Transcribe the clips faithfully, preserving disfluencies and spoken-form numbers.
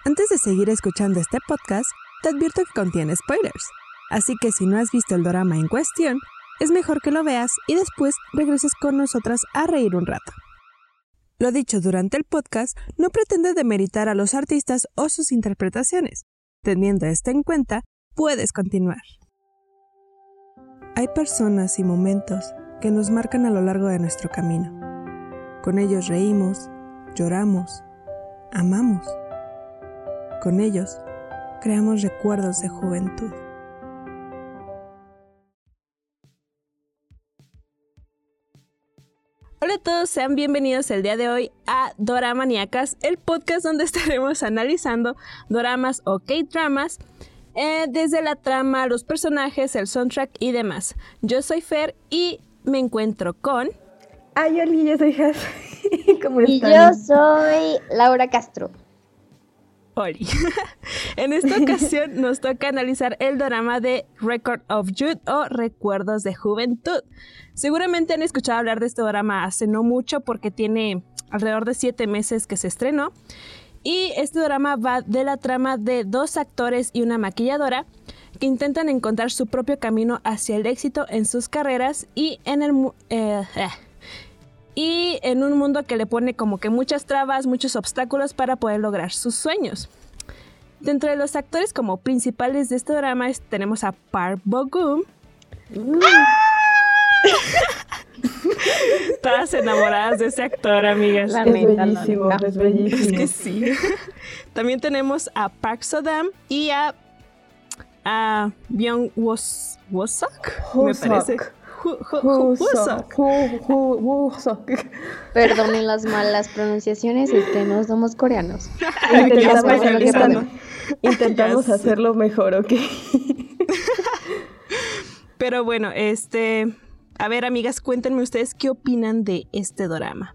Antes de seguir escuchando este podcast, te advierto que contiene spoilers, así que si no has visto el dorama en cuestión, es mejor que lo veas y después regreses con nosotras a reír un rato. Lo dicho durante el podcast no pretende demeritar a los artistas o sus interpretaciones. Teniendo esto en cuenta, puedes continuar. Hay personas y momentos que nos marcan a lo largo de nuestro camino. Con ellos reímos, lloramos, amamos. Con ellos creamos recuerdos de juventud. Hola a todos, sean bienvenidos el día de hoy a Doramaniacas, el podcast donde estaremos analizando doramas o K-dramas eh, desde la trama, los personajes, el soundtrack y demás. Yo soy Fer y me encuentro con... Ay, Oli, yo soy Has. ¿Cómo están? Y yo soy Laura Castro. Oli. En esta ocasión nos toca analizar el dorama de Record of Youth o Recuerdos de Juventud. Seguramente han escuchado hablar de este dorama hace no mucho porque tiene alrededor de siete meses que se estrenó. Y este dorama va de la trama de dos actores y una maquilladora que intentan encontrar su propio camino hacia el éxito en sus carreras y en el... Eh, eh, y en un mundo que le pone como que muchas trabas, muchos obstáculos para poder lograr sus sueños. Dentro de los actores como principales de este drama es, tenemos a Park Bo-gum. Mm. Todas enamoradas de ese actor, amigas. La es neta, bellísimo, es bellísimo. Es que sí. También tenemos a Park So-dam y a, a Byung Woo-sok, me parece. Perdonen las malas pronunciaciones, es que no somos coreanos. Intentamos, intentamos hacerlo mejor, ¿ok? Pero bueno, este... A ver, amigas, cuéntenme ustedes qué opinan de este dorama.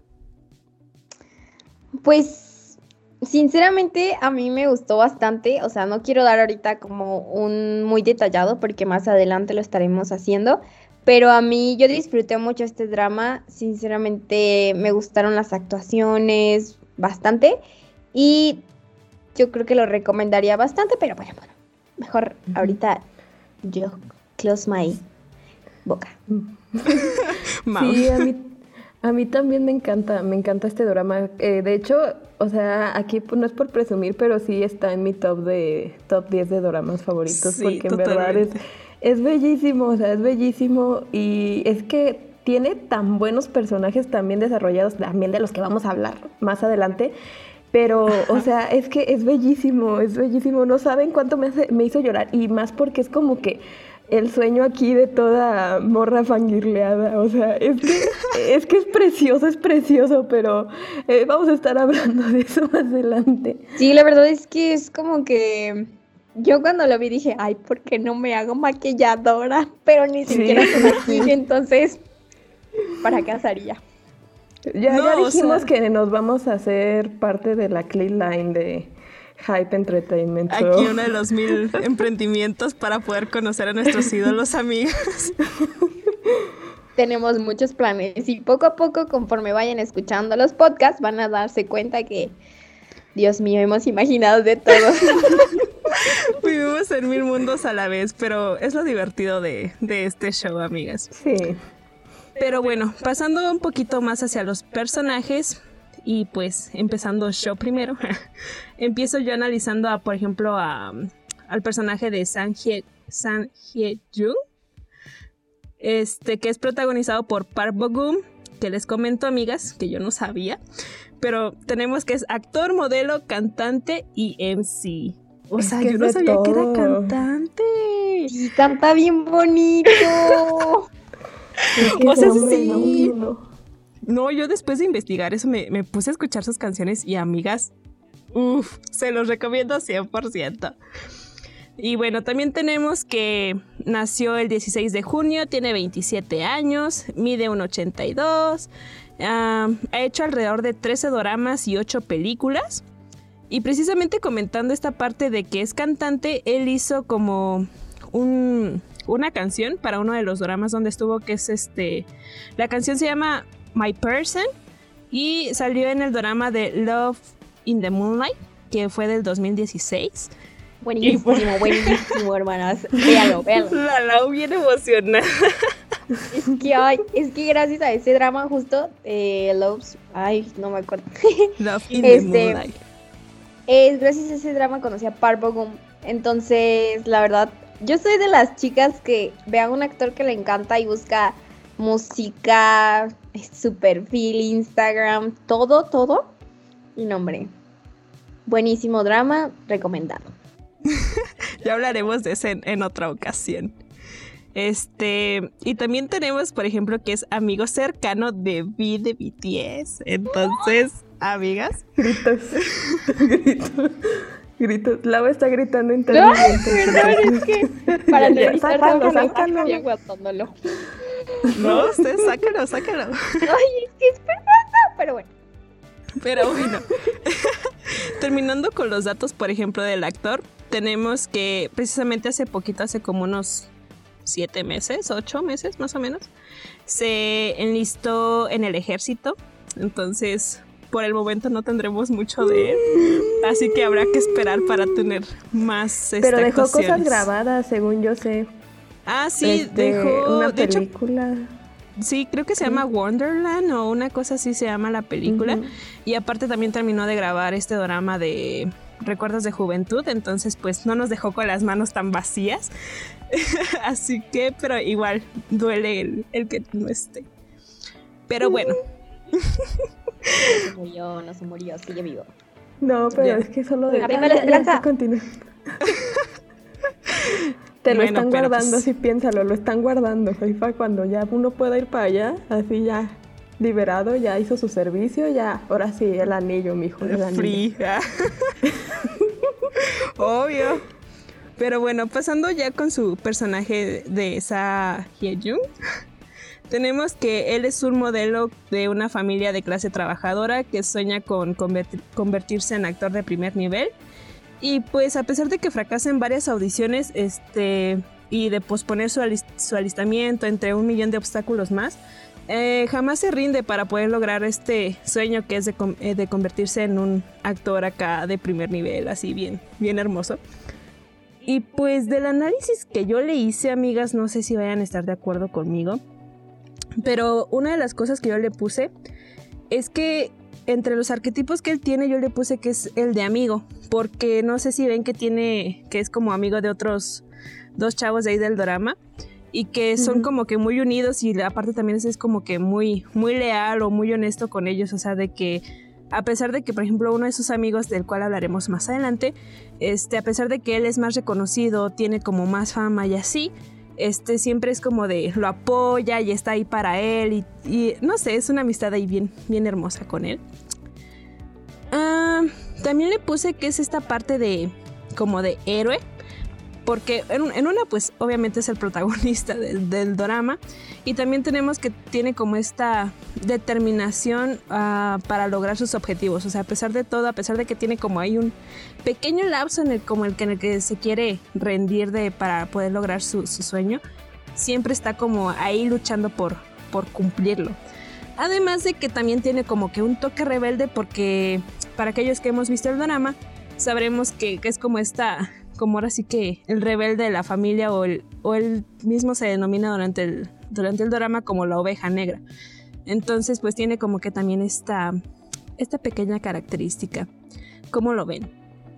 Pues, sinceramente, a mí me gustó bastante. O sea, no quiero dar ahorita como un muy detallado porque más adelante lo estaremos haciendo. Pero a mí, yo disfruté mucho este drama, sinceramente me gustaron las actuaciones bastante y yo creo que lo recomendaría bastante, pero bueno, bueno, mejor uh-huh. Ahorita yo close my boca. Sí, a mí, a mí también me encanta, me encanta este drama. Eh, de hecho, o sea, aquí no es por presumir, pero sí está en mi top de top diez de doramas favoritos, sí, porque en verdad es... Es bellísimo, o sea, es bellísimo y es que tiene tan buenos personajes también desarrollados, también de los que vamos a hablar más adelante, pero, o sea, es que es bellísimo, es bellísimo, no saben cuánto me, hace, me hizo llorar y más porque es como que el sueño aquí de toda morra fangirleada, o sea, es que es, que es precioso, es precioso, pero eh, vamos a estar hablando de eso más adelante. Sí, la verdad es que es como que... Yo cuando lo vi dije, ay, ¿por qué no me hago maquilladora? Pero ni siquiera se maquilla, entonces, ¿para qué haría? Ya, no, ya dijimos o sea, que nos vamos a hacer parte de la clean line de Hype Entertainment. Aquí so. Uno de los mil emprendimientos para poder conocer a nuestros ídolos, amigos. Tenemos muchos planes y poco a poco, conforme vayan escuchando los podcasts, van a darse cuenta que, Dios mío, hemos imaginado de todo. Vivimos en mil mundos a la vez, pero es lo divertido de, de este show, amigas. Sí. Pero bueno, pasando un poquito más hacia los personajes y pues empezando show primero, empiezo yo analizando, a, por ejemplo, a, al personaje de Sang Hye, Sang Hye-jung, este, que es protagonizado por Park Bo-gum, que les comento, amigas, que yo no sabía, pero tenemos que es actor, modelo, cantante y M C. O es sea, que yo no sabía todo. que era cantante. Y canta bien bonito. Es que o sea, hombre, sí. No, no. no, yo después de investigar eso me, me puse a escuchar sus canciones y, amigas, uff, se los recomiendo cien por ciento. Y bueno, también tenemos que nació el dieciséis de junio, tiene veintisiete años, mide uno ochenta y dos, uh, ha hecho alrededor de trece doramas y ocho películas. Y precisamente comentando esta parte de que es cantante, él hizo como un, una canción para uno de los doramas donde estuvo, que es este... La canción se llama My Person y salió en el dorama de Love in the Moonlight, que fue del dos mil dieciséis. Buenísimo, pues, buenísimo, hermanas. Véalo, véalo. La Lau bien emocionada. Es que, ay, es que gracias a ese drama justo, eh, Loves, ay, no me acuerdo. Love in the Este, Moonlight. Es gracias a ese drama conocí a Park Bo-gum. Entonces, la verdad, yo soy de las chicas que ve a un actor que le encanta y busca música, su perfil, Instagram, todo, todo. Y no, hombre, buenísimo drama, recomendado. Ya hablaremos de ese en, en otra ocasión. Este, y también tenemos, por ejemplo, que es amigo cercano de V de B T S. Entonces, amigas. Gritos. Gritos. Gritos. Lau está gritando internamente. No, perdón, es que para no gritar sácalo, tanto, sácalo. estoy aguantándolo. No, usted sácalo, sácalo. Ay, es que es perfecto, pero bueno. Pero bueno, terminando con los datos, por ejemplo, del actor, tenemos que precisamente hace poquito, hace como unos siete meses, ocho meses más o menos, se enlistó en el ejército. Entonces, por el momento no tendremos mucho de él, así que habrá que esperar para tener más este, Pero dejó actuaciones. cosas grabadas, según yo sé. Ah, sí, Este, dejó una de película. hecho, sí, creo que se llama Wonderland o una cosa así se llama la película. Uh-huh. Y aparte también terminó de grabar este drama de Recuerdos de Juventud, entonces pues no nos dejó con las manos tan vacías. Así que, pero igual duele el, el que no esté. Pero bueno. No se murió, no se murió, sigue vivo. No, pero yeah. es que solo de... ¡Arriba la esperanza! Continúa. Te lo bueno, están guardando, pues... así piénsalo, lo están guardando. Ahí para cuando ya uno pueda ir para allá, así ya liberado, ya hizo su servicio, ya, ahora sí, el anillo, mijo, el anillo. Free. Obvio. Pero bueno, pasando ya con su personaje de Sa Hye-jung, tenemos que él es un modelo de una familia de clase trabajadora que sueña con convertir, convertirse en actor de primer nivel. Y pues a pesar de que fracasa en varias audiciones este, y de posponer su, alist- su alistamiento entre un millón de obstáculos más, eh, jamás se rinde para poder lograr este sueño que es de, com- eh, de convertirse en un actor acá de primer nivel, así bien, bien hermoso. Y pues del análisis que yo le hice, amigas, no sé si vayan a estar de acuerdo conmigo, pero una de las cosas que yo le puse es que entre los arquetipos que él tiene, yo le puse que es el de amigo, porque no sé si ven que tiene, que es como amigo de otros dos chavos de ahí del dorama, y que son uh-huh. como que muy unidos, y aparte también es como que muy, muy leal o muy honesto con ellos, o sea, de que a pesar de que, por ejemplo, uno de sus amigos, del cual hablaremos más adelante, este, a pesar de que él es más reconocido, tiene como más fama y así, este, siempre es como de, lo apoya y está ahí para él, y, y no sé, es una amistad ahí bien, bien hermosa con él. Ah, también le puse que es esta parte de, como de héroe, porque en, en una, pues, obviamente es el protagonista del, del drama, y también tenemos que tiene como esta determinación uh, para lograr sus objetivos, o sea, a pesar de todo, a pesar de que tiene como ahí un pequeño lapso en el, como el que, en el que se quiere rendir de, para poder lograr su, su sueño, siempre está como ahí luchando por, por cumplirlo. Además de que también tiene como que un toque rebelde, porque para aquellos que hemos visto el drama, sabremos que, que es como esta... como ahora sí que el rebelde de la familia, o el, o él mismo se denomina durante el, durante el drama como la oveja negra. Entonces pues tiene como que también esta, esta pequeña característica. ¿Cómo lo ven?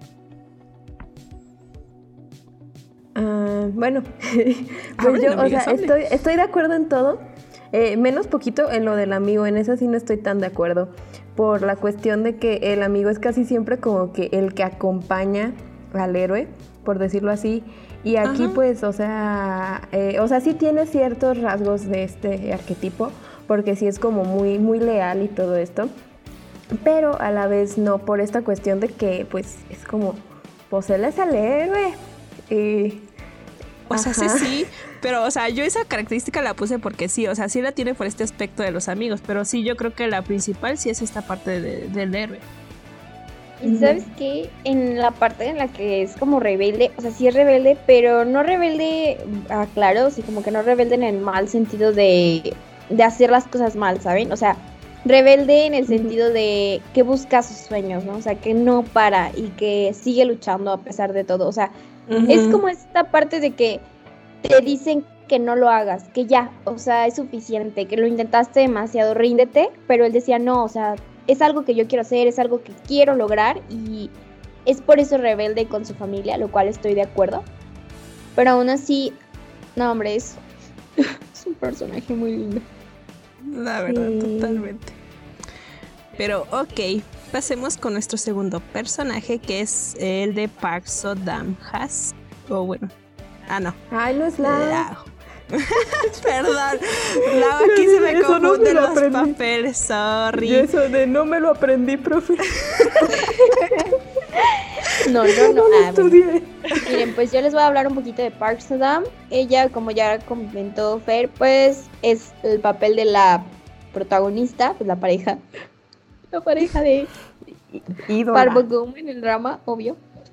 Uh, bueno, pues yo, o sea, estoy, estoy de acuerdo en todo, eh, menos poquito en lo del amigo, en eso sí no estoy tan de acuerdo, por la cuestión de que el amigo es casi siempre como que el que acompaña al héroe, por decirlo así, y aquí Ajá. pues, o sea, eh, o sea, sí tiene ciertos rasgos de este arquetipo, porque sí es como muy, muy leal y todo esto, pero a la vez no, por esta cuestión de que, pues, es como, pues él es el héroe, y... O Ajá. sea, sí, sí, pero, o sea, yo esa característica la puse porque sí, o sea, sí la tiene por este aspecto de los amigos, pero sí, yo creo que la principal sí es esta parte de, del héroe. Y sabes qué, en la parte en la que es como rebelde, o sea, sí es rebelde, pero no rebelde, ah, claro, sí, como que no rebelde en el mal sentido de, de hacer las cosas mal, ¿saben? O sea, rebelde en el sentido de que busca sus sueños, ¿no? O sea, que no para y que sigue luchando a pesar de todo. O sea, uh-huh. es como esta parte de que te dicen que no lo hagas, que ya, o sea, es suficiente, que lo intentaste demasiado, ríndete, pero él decía, no, o sea, es algo que yo quiero hacer, es algo que quiero lograr y es por eso rebelde con su familia, lo cual estoy de acuerdo. Pero aún así, no, hombre, es, es un personaje muy lindo. La verdad, sí. Totalmente. Pero, ok, pasemos con nuestro segundo personaje, que es el de Park So-dam-has. O oh, bueno, ah, no. Ay, no es la... Perdón, Lau, aquí se me eso confunden no los papeles, sorry. Y eso de no me lo aprendí, profe. No, no, no. Ah, bueno. Miren, pues yo les voy a hablar un poquito de Park So-dam. Ella, como ya comentó Fer, pues es el papel de la protagonista, pues la pareja, la pareja de Park Bo-gum en el drama, obvio.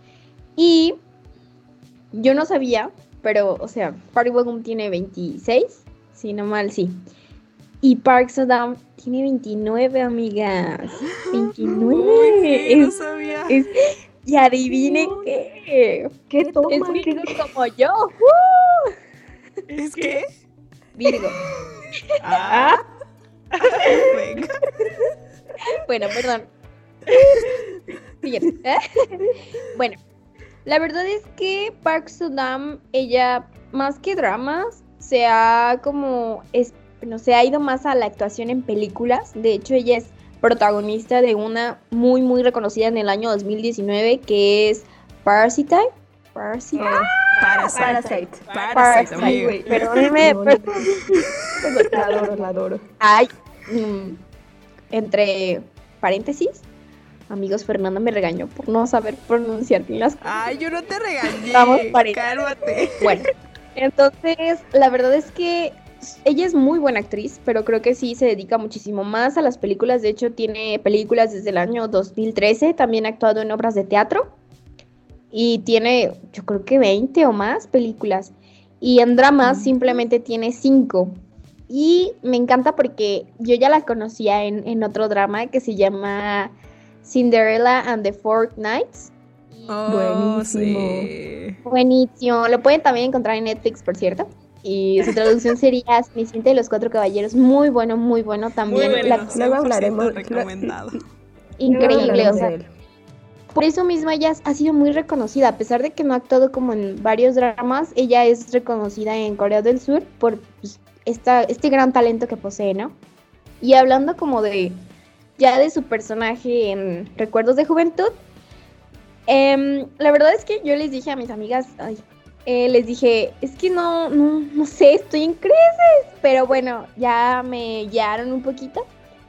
Y yo no sabía, pero, o sea, Park Bo-gum tiene veintiséis, si no mal, sí. Y Park So-dam tiene veintinueve, amigas. veintinueve. Uy, sí, no sabía. Es, y adivinen qué. ¿Qué toma? Es Virgo como yo. ¡Uh! ¿Es qué? Virgo. Ah. Venga. Bueno, perdón. Siguiente. Bueno, la verdad es que Park So-dam, ella, más que dramas, se ha como, es, no se ha ido más a la actuación en películas. De hecho, ella es protagonista de una muy, muy reconocida en el año dos mil diecinueve, que es Parasite. Parasite. Ah, Parasite. Parasite. Parasite. Parasite. Parasite. Perdóneme. La adoro, la adoro. Ay, mm, entre paréntesis, amigos, Fernanda me regañó por no saber pronunciar bien las cosas. Ay, yo no te regañé. Vamos, cálmate. Bueno, entonces, la verdad es que ella es muy buena actriz, pero creo que sí se dedica muchísimo más a las películas. De hecho, tiene películas desde el año dos mil trece. También ha actuado en obras de teatro. Y tiene, yo creo que veinte o más películas. Y en dramas mm. simplemente tiene cinco. Y me encanta porque yo ya la conocía en, en otro drama que se llama Cinderella and the Four Knights. Oh, buenísimo. Sí. Buenísimo. Lo pueden también encontrar en Netflix, por cierto. Y su traducción sería Cenicienta y los Cuatro Caballeros. Muy bueno, muy bueno también. Muy bueno, la... Luego hablaremos. Recomendado. Increíble, o sea. Por eso mismo ella ha sido muy reconocida, a pesar de que no ha actuado como en varios dramas, ella es reconocida en Corea del Sur por pues, esta, este gran talento que posee, ¿no? Y hablando como de, ya de su personaje en Recuerdos de Juventud, eh, la verdad es que yo les dije a mis amigas, ay, eh, les dije, es que no, no, no sé, estoy en crisis, pero bueno, ya me guiaron un poquito.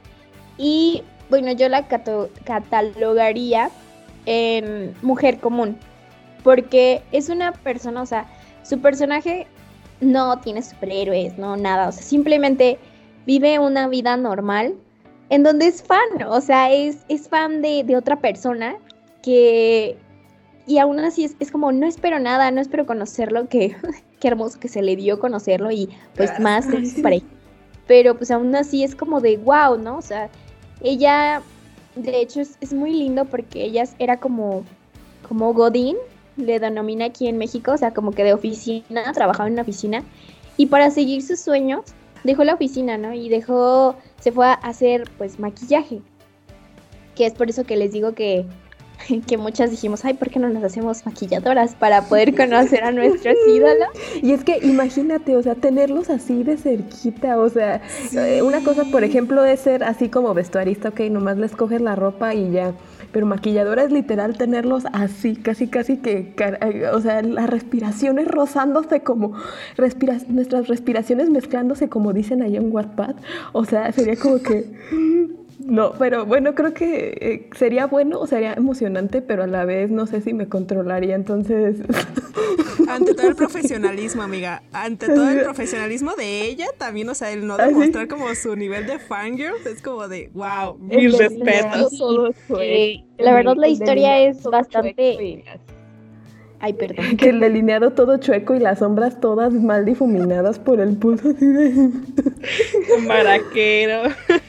Y bueno, yo la cato- catalogaría en mujer común, porque es una persona, o sea, su personaje no tiene superhéroes, no nada, o sea, simplemente vive una vida normal en donde es fan, o sea, es, es fan de, de otra persona que, y aún así es, es como, no espero nada, no espero conocerlo, que qué hermoso que se le dio conocerlo y pues claro, más de su pareja, pero pues aún así es como de wow, ¿no? O sea, ella... De hecho, es, es muy lindo porque ella era como, como Godín, le denomina aquí en México, o sea, como que de oficina, trabajaba en una oficina, y para seguir sus sueños, dejó la oficina, ¿no? Y dejó, se fue a hacer, pues, maquillaje, que es por eso que les digo que, que muchas dijimos, ay, ¿por qué no nos hacemos maquilladoras para poder conocer a nuestros ídolos? Y es que imagínate, o sea, tenerlos así de cerquita, o sea, sí. Una cosa, por ejemplo, es ser así como vestuarista, ok, nomás les coges la ropa y ya, pero maquilladora es literal tenerlos así, casi, casi que, o sea, las respiraciones rozándose como, respira- nuestras respiraciones mezclándose como dicen allá en Wattpad, o sea, sería como que... No, pero bueno, creo que eh, sería bueno o sería emocionante, pero a la vez no sé si me controlaría, entonces... Ante todo el profesionalismo, amiga, ante todo el profesionalismo de ella, también, o sea, el no demostrar como su nivel de fangirl, es como de, wow, mis respetos. Eh, la verdad la historia es bastante... Ay, perdón. Que el delineado todo chueco y las sombras todas mal difuminadas por el pulso así de... Maraquero.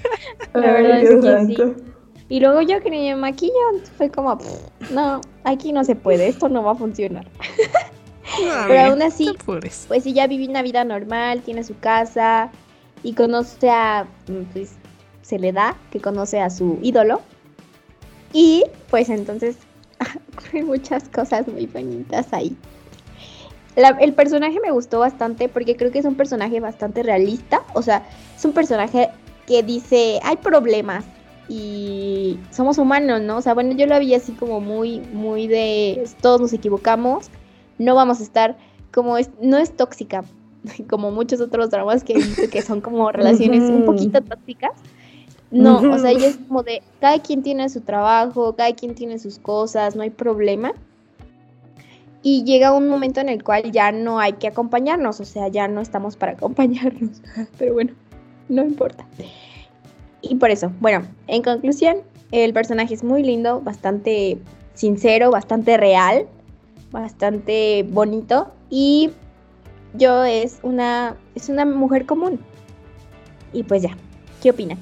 La verdad es que sí. Y luego yo que ni me maquillo, fue como, no, aquí no se puede, esto no va a funcionar. No, pero aún así, pues ella vive una vida normal, tiene su casa y conoce a, pues se le da que conoce a su ídolo. Y pues entonces ocurren muchas cosas muy bonitas ahí. La, el personaje me gustó bastante porque creo que es un personaje bastante realista. O sea, es un personaje que dice, hay problemas y somos humanos, ¿no? O sea, bueno, yo lo vi así como muy, muy de todos nos equivocamos, no vamos a estar como, es, no es tóxica, como muchos otros dramas que he visto que son como relaciones un poquito tóxicas. No, o sea, ella es como de, cada quien tiene su trabajo, cada quien tiene sus cosas, no hay problema. Y llega un momento en el cual ya no hay que acompañarnos, o sea, ya no estamos para acompañarnos. Pero bueno, no importa. Y por eso, bueno, en conclusión, el personaje es muy lindo, bastante sincero, bastante real, bastante bonito. Y yo es una, es una mujer común. Y pues ya, ¿qué opinan?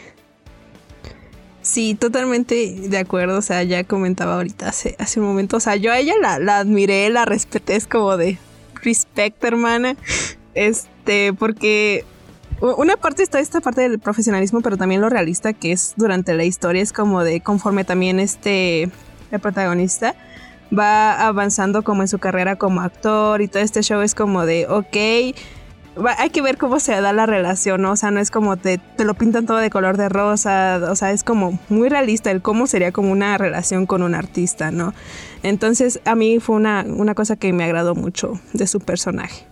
Sí, totalmente de acuerdo, o sea, ya comentaba ahorita hace, hace un momento, o sea, yo a ella la, la admiré, la respeté, es como de respect, hermana, este, porque una parte está esta parte del profesionalismo, pero también lo realista que es durante la historia, es como de conforme también este, el protagonista va avanzando como en su carrera como actor y todo este show es como de, ok, hay que ver cómo se da la relación, ¿no? O sea, no es como te, te lo pintan todo de color de rosa, o sea, es como muy realista el cómo sería como una relación con un artista, ¿no? Entonces, a mí fue una, una cosa que me agradó mucho de su personaje.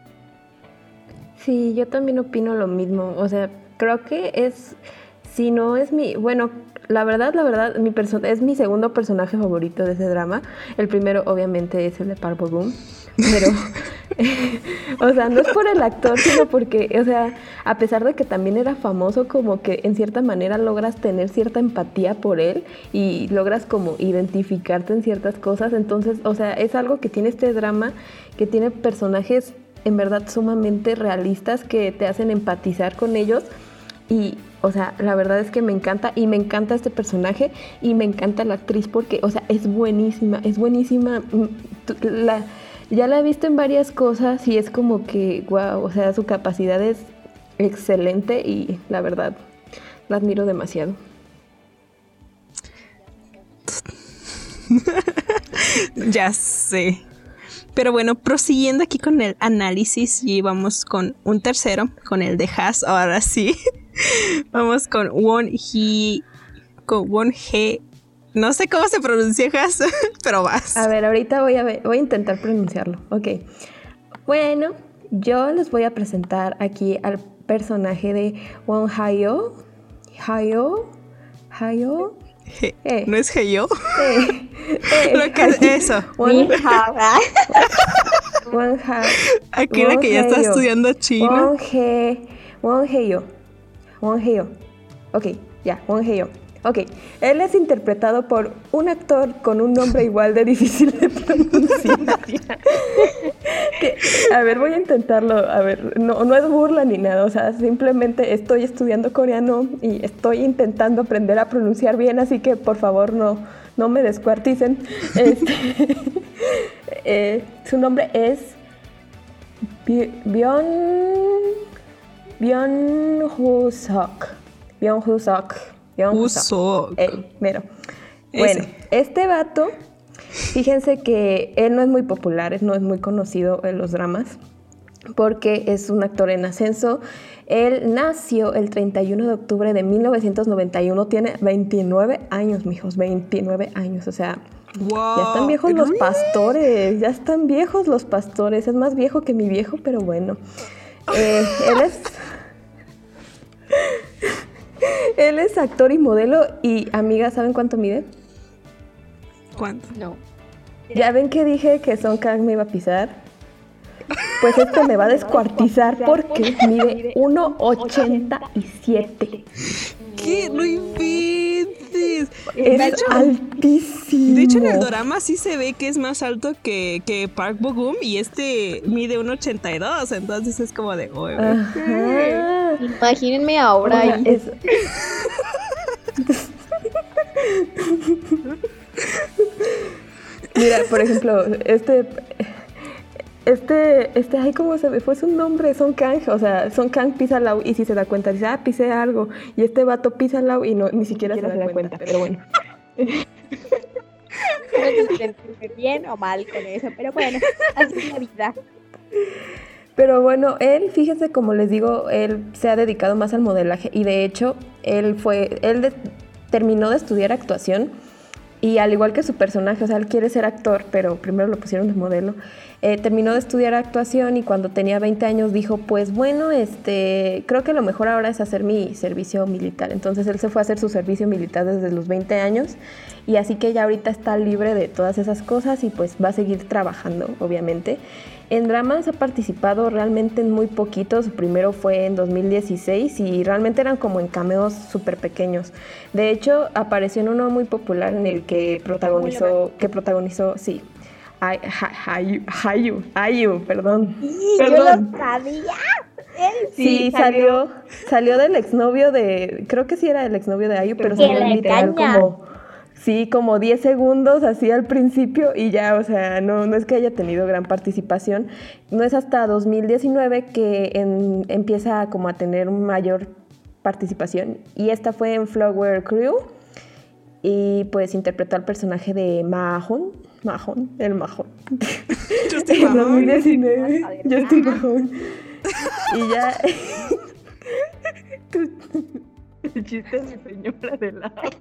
Sí, yo también opino lo mismo, o sea, creo que es, si no es mi, bueno, la verdad, la verdad, mi perso- es mi segundo personaje favorito de ese drama. El primero, obviamente, es el de Park Bo-gum. Pero, eh, o sea, no es por el actor, sino porque, o sea, a pesar de que también era famoso, como que en cierta manera logras tener cierta empatía por él y logras como identificarte en ciertas cosas. Entonces, o sea, es algo que tiene este drama, que tiene personajes en verdad sumamente realistas que te hacen empatizar con ellos. Y, o sea, la verdad es que me encanta y me encanta este personaje y me encanta la actriz porque, o sea, es buenísima, es buenísima. La... Ya la he visto en varias cosas y es como que, wow, o sea, su capacidad es excelente y la verdad, la admiro demasiado. Ya sé. Pero bueno, prosiguiendo aquí con el análisis y vamos con un tercero, con el de Has, ahora sí. Vamos con Won Hee, con Won Hee. No sé cómo se pronuncia Has, pero vas. A ver, ahorita voy a ver, voy a intentar pronunciarlo. Ok. Bueno, yo les voy a presentar aquí al personaje de Won Hayo. Hayo. Hayo. He, eh. ¿No es Heyo? Eh, eh, Lo que es eso. Won Won Ha. Aquí la que ya está estudiando chino. Won He. Won Heyo. Won Heyo. Ok, ya, Won Heyo. Ok, él es interpretado por un actor con un nombre igual de difícil de pronunciar. que, a ver, voy a intentarlo. A ver, no, no es burla ni nada. O sea, simplemente estoy estudiando coreano y estoy intentando aprender a pronunciar bien. Así que, por favor, no, no me descuarticen. Este, eh, su nombre es Byung Byung-Ho Seok. Byung-Ho Seok. Uso. Ey, mero. Bueno, este vato, fíjense que él no es muy popular, no es muy conocido en los dramas, porque es un actor en ascenso. Él nació el treinta y uno de octubre de mil novecientos noventa y uno, tiene veintinueve años, mijos, veintinueve años, o sea, wow, ya están viejos los pastores, ya están viejos los pastores, es más viejo que mi viejo, pero bueno. Eh, él es... Él es actor y modelo y, amigas, ¿saben cuánto mide? ¿Cuánto? No. ¿Ya ven que dije que Song Kang me iba a pisar? Pues este me va a descuartizar porque mide uno ochenta y siete. ¿Qué? No inventes. Es hecho, altísimo. De hecho, en el dorama sí se ve que es más alto que, que Park Bo-gum y este mide uno ochenta y dos, entonces es como de... Oh, ajá. Imagínense ahora. O sea, es... Mira, por ejemplo, este... Este, este, ay, ¿cómo se me fue su nombre? Son Kang, o sea, Son Kang pisa Lau y si se da cuenta dice, ah, pisé algo. Y este vato pisa Lau y no, ni siquiera, ni siquiera se, da se da cuenta, cuenta, pero bueno. No sé si sentirme bien o mal con eso, pero bueno, así es la vida. Pero bueno, él, fíjense, como les digo, él se ha dedicado más al modelaje y de hecho, él fue, él de, terminó de estudiar actuación y al igual que su personaje, o sea, él quiere ser actor, pero primero lo pusieron de modelo. Eh, terminó de estudiar actuación y cuando tenía veinte años dijo, pues bueno, este, creo que lo mejor ahora es hacer mi servicio militar. Entonces él se fue a hacer su servicio militar desde los veinte años y así que ya ahorita está libre de todas esas cosas y pues va a seguir trabajando, obviamente. En dramas ha participado realmente en muy poquitos. Su primero fue en dos mil dieciséis y realmente eran como en cameos súper pequeños. De hecho, apareció en uno muy popular en el que protagonizó, que protagonizó, sí, Hayu, Hayu, Hayu, perdón. Sí, perdón. Yo lo sabía. Él sí, sí salió, salió, salió del exnovio de, creo que sí era el exnovio de Hayu, pero salió literal caña. como... Sí, como diez segundos así al principio y ya, o sea, no, no es que haya tenido gran participación. No es hasta dos mil diecinueve que en, empieza como a tener mayor participación y esta fue en Flower Crew y pues interpretó al personaje de Mahon, Mahon, el Mahon. Justin en dos mil diecinueve, Justin Mahon. Y ya... El chiste de señora del agua.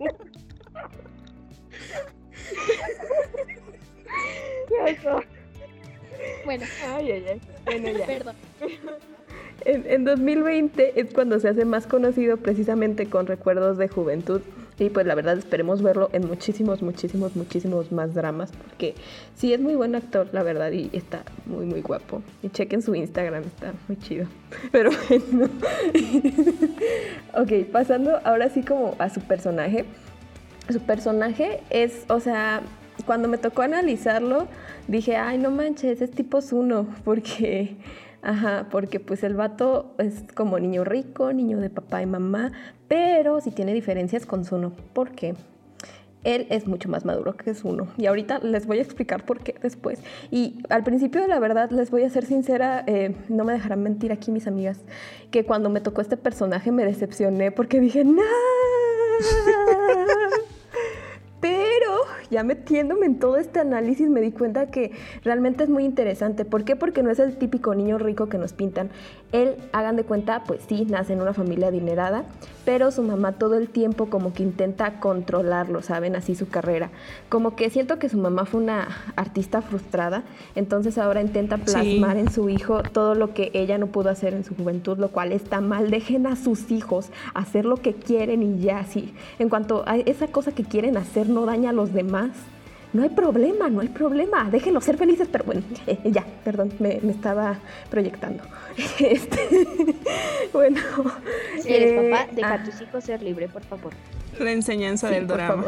Bueno, ay, ay, ay. Bueno, ya. Perdón. En, en dos mil veinte es cuando se hace más conocido precisamente con Recuerdos de Juventud y pues la verdad esperemos verlo en muchísimos, muchísimos, muchísimos más dramas porque sí es muy buen actor, la verdad, y está muy, muy guapo. Y chequen su Instagram, está muy chido. Pero bueno. Ok, pasando ahora sí como a su personaje. Su personaje es, o sea, cuando me tocó analizarlo, dije, ay, no manches, es tipo Zuno, porque, ajá, porque pues el vato es como niño rico, niño de papá y mamá, pero sí tiene diferencias con Zuno, ¿por qué? Él es mucho más maduro que Zuno, y ahorita les voy a explicar por qué después. Y al principio, la verdad, les voy a ser sincera, eh, no me dejarán mentir aquí mis amigas, que cuando me tocó este personaje me decepcioné, porque dije, ¡no! Pero ya metiéndome en todo este análisis me di cuenta que realmente es muy interesante. ¿Por qué? Porque no es el típico niño rico que nos pintan. Él, hagan de cuenta, pues sí, nace en una familia adinerada, pero su mamá todo el tiempo como que intenta controlarlo, ¿saben? Así su carrera. Como que siento que su mamá fue una artista frustrada, entonces ahora intenta plasmar sí. en su hijo todo lo que ella no pudo hacer en su juventud, lo cual está mal. Dejen a sus hijos hacer lo que quieren y ya, sí. En cuanto a esa cosa que quieren hacer no daña a los demás, no hay problema, no hay problema, déjenlos ser felices, pero bueno, eh, ya, perdón, me, me estaba proyectando. Este, bueno. Si eres eh, papá, deja ah, a tus hijos ser libre, por favor. La enseñanza sí, del drama.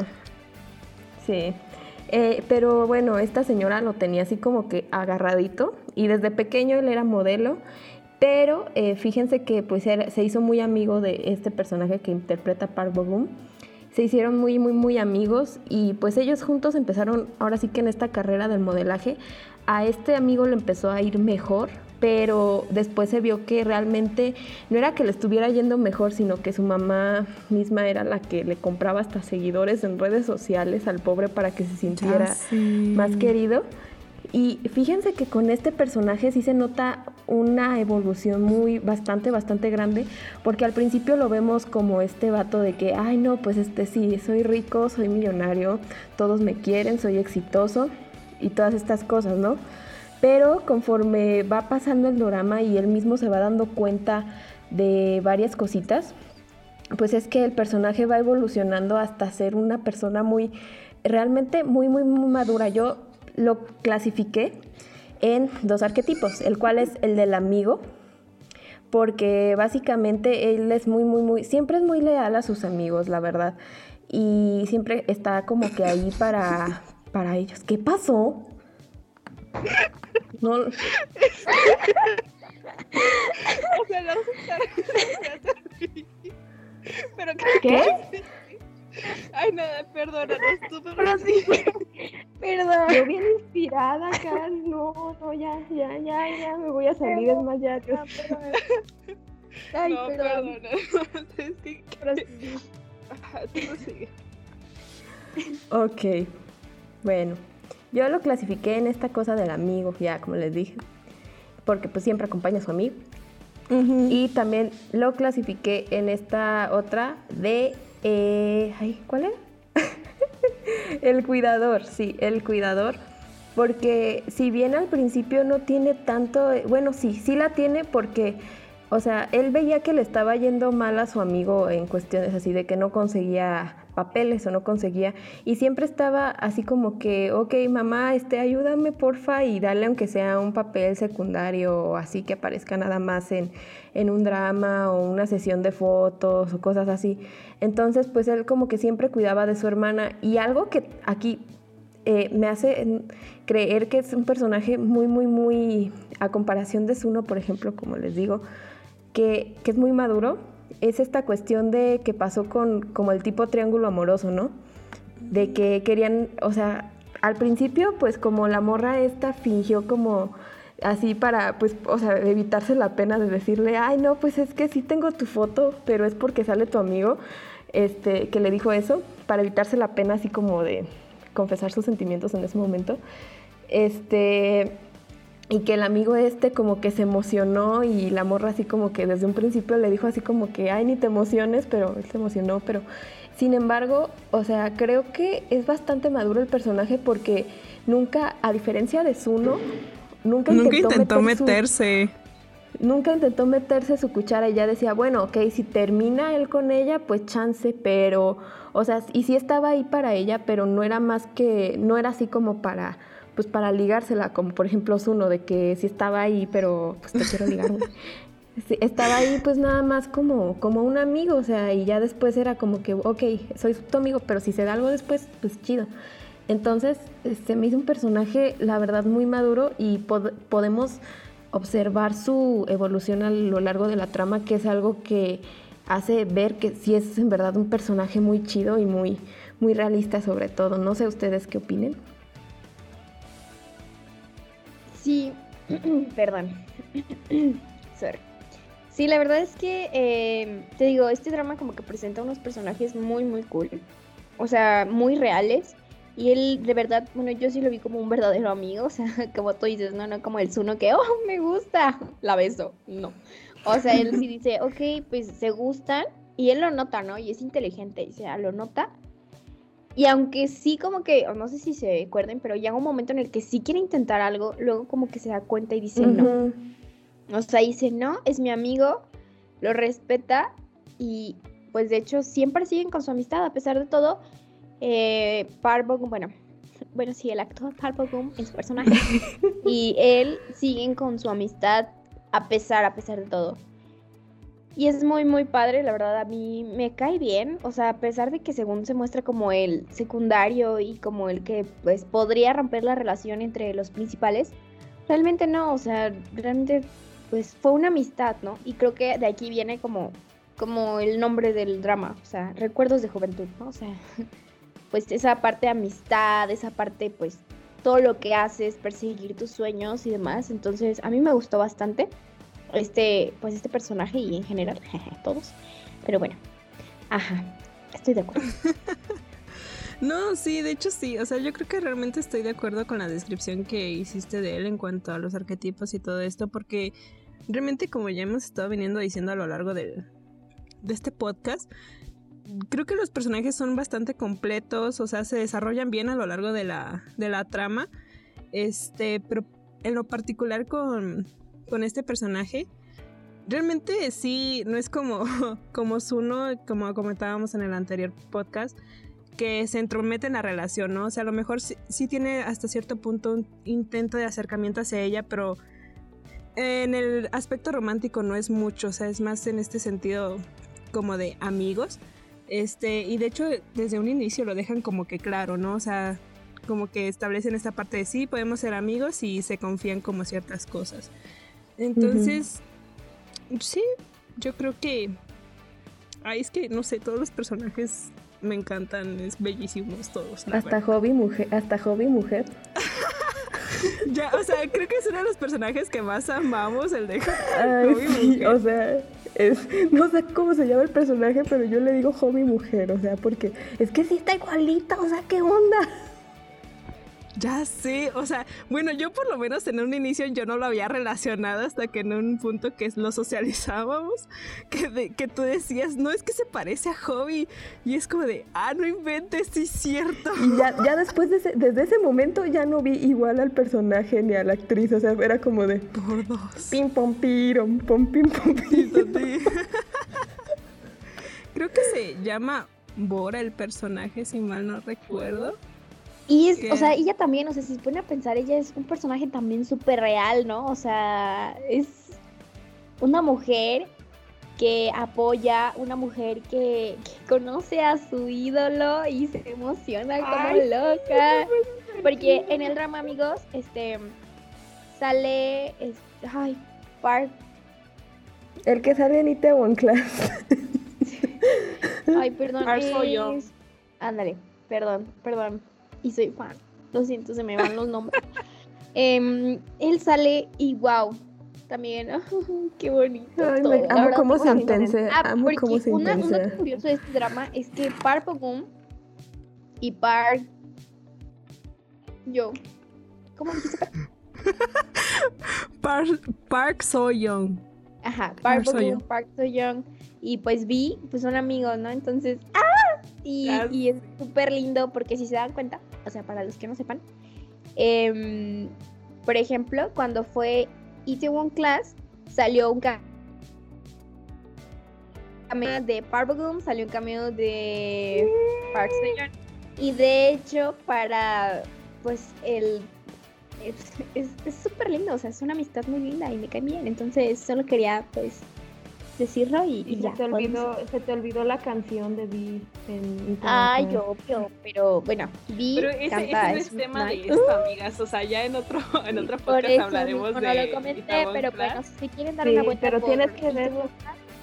Sí, eh, pero bueno, esta señora lo tenía así como que agarradito y desde pequeño él era modelo. Pero eh, fíjense que pues él se hizo muy amigo de este personaje que interpreta Park Bo-gum. Se hicieron muy, muy, muy amigos y pues ellos juntos empezaron, ahora sí que en esta carrera del modelaje, a este amigo le empezó a ir mejor, pero después se vio que realmente no era que le estuviera yendo mejor, sino que su mamá misma era la que le compraba hasta seguidores en redes sociales al pobre para que se sintiera sí. más querido. Y fíjense que con este personaje sí se nota una evolución muy, bastante, bastante grande, porque al principio lo vemos como este vato de que, ay no, pues este sí, soy rico, soy millonario, todos me quieren, soy exitoso y todas estas cosas, ¿no? Pero conforme va pasando el drama y él mismo se va dando cuenta de varias cositas, pues es que el personaje va evolucionando hasta ser una persona muy, realmente muy, muy, muy madura. Yo lo clasifiqué en dos arquetipos, el cual es el del amigo, porque básicamente él es muy, muy, muy, siempre es muy leal a sus amigos, la verdad, y siempre está como que ahí para, para ellos. ¿Qué pasó? No. O sea, no se está... Pero ¿qué? ¿Qué? Ay, nada, perdónanos, tú, pero sí. Perdón. Yo bien inspirada, Cas. No, no, ya, ya, ya, ya. Me voy a salir, es más, ya. Dios. Ay, no, perdón. perdónanos. Es que... Pero sí. Ajá, tú no sigue. Ok. Bueno, yo lo clasifiqué en esta cosa del amigo, ya como les dije. Porque pues siempre acompaña a su amigo. Uh-huh. Y también lo clasifiqué en esta otra de... Eh, ay, ¿cuál era? El cuidador, sí, el cuidador. Porque si bien al principio no tiene tanto... Bueno, sí, sí la tiene porque... O sea, él veía que le estaba yendo mal a su amigo en cuestiones así de que no conseguía papeles o no conseguía. Y siempre estaba así como que, ok, mamá, este, ayúdame porfa y dale aunque sea un papel secundario o así que aparezca nada más en, en un drama o una sesión de fotos o cosas así. Entonces, pues él como que siempre cuidaba de su hermana. Y algo que aquí eh, me hace creer que es un personaje muy, muy, muy, a comparación de Zuno, por ejemplo, como les digo, Que, que es muy maduro, es esta cuestión de que pasó con como el tipo triángulo amoroso, ¿no? De que querían, o sea, al principio, pues como la morra esta fingió como así para, pues, o sea, evitarse la pena de decirle, ay, no, pues es que sí tengo tu foto, pero es porque sale tu amigo, este, que le dijo eso, para evitarse la pena así como de confesar sus sentimientos en ese momento. Este... Y que el amigo este como que se emocionó y la morra así como que desde un principio le dijo así como que, ay, ni te emociones, pero él se emocionó, pero sin embargo, o sea, creo que es bastante maduro el personaje porque nunca, a diferencia de Zuno, nunca, nunca intentó, intentó meter meterse. Su, nunca intentó meterse su cuchara y ya decía, bueno, ok, si termina él con ella, pues chance, pero, o sea, y sí estaba ahí para ella, pero no era más que, no era así como para... pues para ligársela, como por ejemplo Zuno, de que sí estaba ahí, pero pues te quiero ligar, güey. Sí, estaba ahí pues nada más como, como un amigo, o sea, y ya después era como que, ok, soy tu amigo, pero si se da algo después, pues chido. Entonces, se me hizo un personaje, la verdad, muy maduro y pod- podemos observar su evolución a lo largo de la trama, que es algo que hace ver que sí es en verdad un personaje muy chido y muy, muy realista sobre todo. No sé ustedes qué opinen. Sí, perdón. Sorry. Sí, la verdad es que, eh, te digo, este drama como que presenta unos personajes muy, muy cool. O sea, muy reales. Y él, de verdad, bueno, yo sí lo vi como un verdadero amigo. O sea, como tú dices, no, no como el Zuno que, oh, me gusta, la beso. No. O sea, él sí dice, ok, pues se gustan. Y él lo nota, ¿no? Y es inteligente. O sea, lo nota. Y aunque sí como que, no sé si se acuerden, pero llega un momento en el que sí quiere intentar algo, luego como que se da cuenta y dice uh-huh. no. O sea, dice no, es mi amigo, lo respeta y pues de hecho siempre siguen con su amistad a pesar de todo. Eh, Park Bo-gum, bueno, bueno sí, el actor Park Bo-gum en su personaje y él siguen con su amistad a pesar, a pesar de todo. Y es muy, muy padre, la verdad, a mí me cae bien, o sea, a pesar de que según se muestra como el secundario y como el que, pues, podría romper la relación entre los principales, realmente no, o sea, realmente, pues, fue una amistad, ¿no? Y creo que de aquí viene como, como el nombre del drama, o sea, recuerdos de juventud, ¿no? O sea, pues, esa parte de amistad, esa parte, pues, todo lo que haces, perseguir tus sueños y demás, entonces, a mí me gustó bastante. Este, pues este personaje y en general, todos, pero bueno, ajá, estoy de acuerdo. No, sí, de hecho sí, o sea, yo creo que realmente estoy de acuerdo con la descripción que hiciste de él en cuanto a los arquetipos y todo esto, porque realmente como ya hemos estado viniendo diciendo a lo largo de, de este podcast, creo que los personajes son bastante completos, o sea, se desarrollan bien a lo largo de la, de la trama, este, pero en lo particular con... con este personaje, realmente sí, no es como, como Zuno, como comentábamos en el anterior podcast, que se entromete en la relación, ¿no? O sea, a lo mejor sí, sí tiene hasta cierto punto un intento de acercamiento hacia ella, pero en el aspecto romántico no es mucho, o sea, es más en este sentido como de amigos, este, y de hecho desde un inicio lo dejan como que claro, ¿no? O sea, como que establecen esta parte de sí, podemos ser amigos y se confían como ciertas cosas. Entonces, uh-huh. sí, yo creo que... Ay, es que, no sé, todos los personajes me encantan, es bellísimos todos. Hasta Hobby mujer, hasta Hobby mujer. Ya, o sea, creo que es uno de los personajes que más amamos, el de Ay, Hobby sí, mujer. O sea, es, no sé cómo se llama el personaje, pero yo le digo Hobby mujer, o sea, porque es que sí está igualita, o sea, ¿qué onda? Ya sé, o sea, bueno, yo por lo menos en un inicio yo no lo había relacionado hasta que en un punto que lo socializábamos, que, de, que tú decías, no, es que se parece a Hobby, y es como de, ah, no inventes, sí es cierto. Y ya, ya después de ese, desde ese momento ya no vi igual al personaje ni a la actriz, o sea, era como de... Por dos. Pim, pom, pirom, pom, pim, pom, pirom. Creo que se llama Bora el personaje, si mal no recuerdo. Y es, ¿Qué? O sea, ella también, o sea, si se pone a pensar, ella es un personaje también súper real, ¿no? O sea, es una mujer que apoya, una mujer que, que conoce a su ídolo y se emociona como Ay, loca. Sí, porque en el drama, amigos, este, sale, este, ay, Park. El que sale en Itaewon Class. Ay, perdón. Park soy yo. Ándale, perdón, perdón. Y soy fan, lo siento, se me van los nombres. eh, él sale y wow, también, oh, qué bonito. Ay, me, amo verdad, cómo se intense, ah, amo cómo se una, intense. Una curioso de este drama es que Park Bo-gum y Park... Yo, ¿cómo dijiste? Park, Park So-young. Ajá, Park Bo-gum, Park So-young y pues Vi, pues son amigos, ¿no? Entonces, ¡ah! Y, yes. y es súper lindo porque si se dan cuenta, o sea, para los que no sepan, eh, por ejemplo, cuando fue Itaewon Class, salió un cameo de Park Bo-gum, salió un cameo de Park So-young, y de hecho, para, pues, el... Es súper lindo, o sea, es una amistad muy linda y me cae bien, entonces solo quería, pues... decirlo y, y, y ya. Se te, olvidó, se te olvidó la canción de Vi en Ay, obvio, pero bueno, Vi Pero ese, canta, ese no es, es tema nice. De esto, amigas, o sea, ya en otro en otra podcast eso, hablaremos no, de... No lo comenté, pero bueno, si quieren dar sí, una vuelta pero por, tienes que verlo.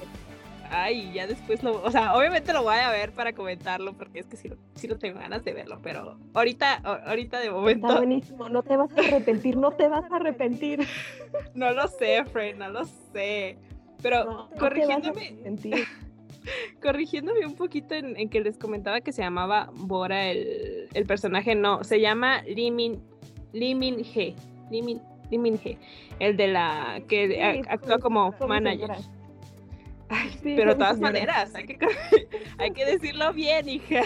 Ay, ya después lo... O sea, obviamente lo voy a ver para comentarlo, porque es que sí, sí lo tengo ganas de verlo, pero ahorita, ahorita de momento... Está buenísimo, no te vas a arrepentir, no te vas a arrepentir. No lo sé, Fred, no lo sé. Pero no, corrigiéndome, no corrigiéndome un poquito en, en que les comentaba que se llamaba Bora el, el personaje, no, se llama Lee Min, Lee Min Hee, Lee Min, Lee Min Hee, el de la que sí, a, actúa sí, como manager. Ay, sí, pero de todas señora. maneras, hay que, hay que decirlo bien, hija.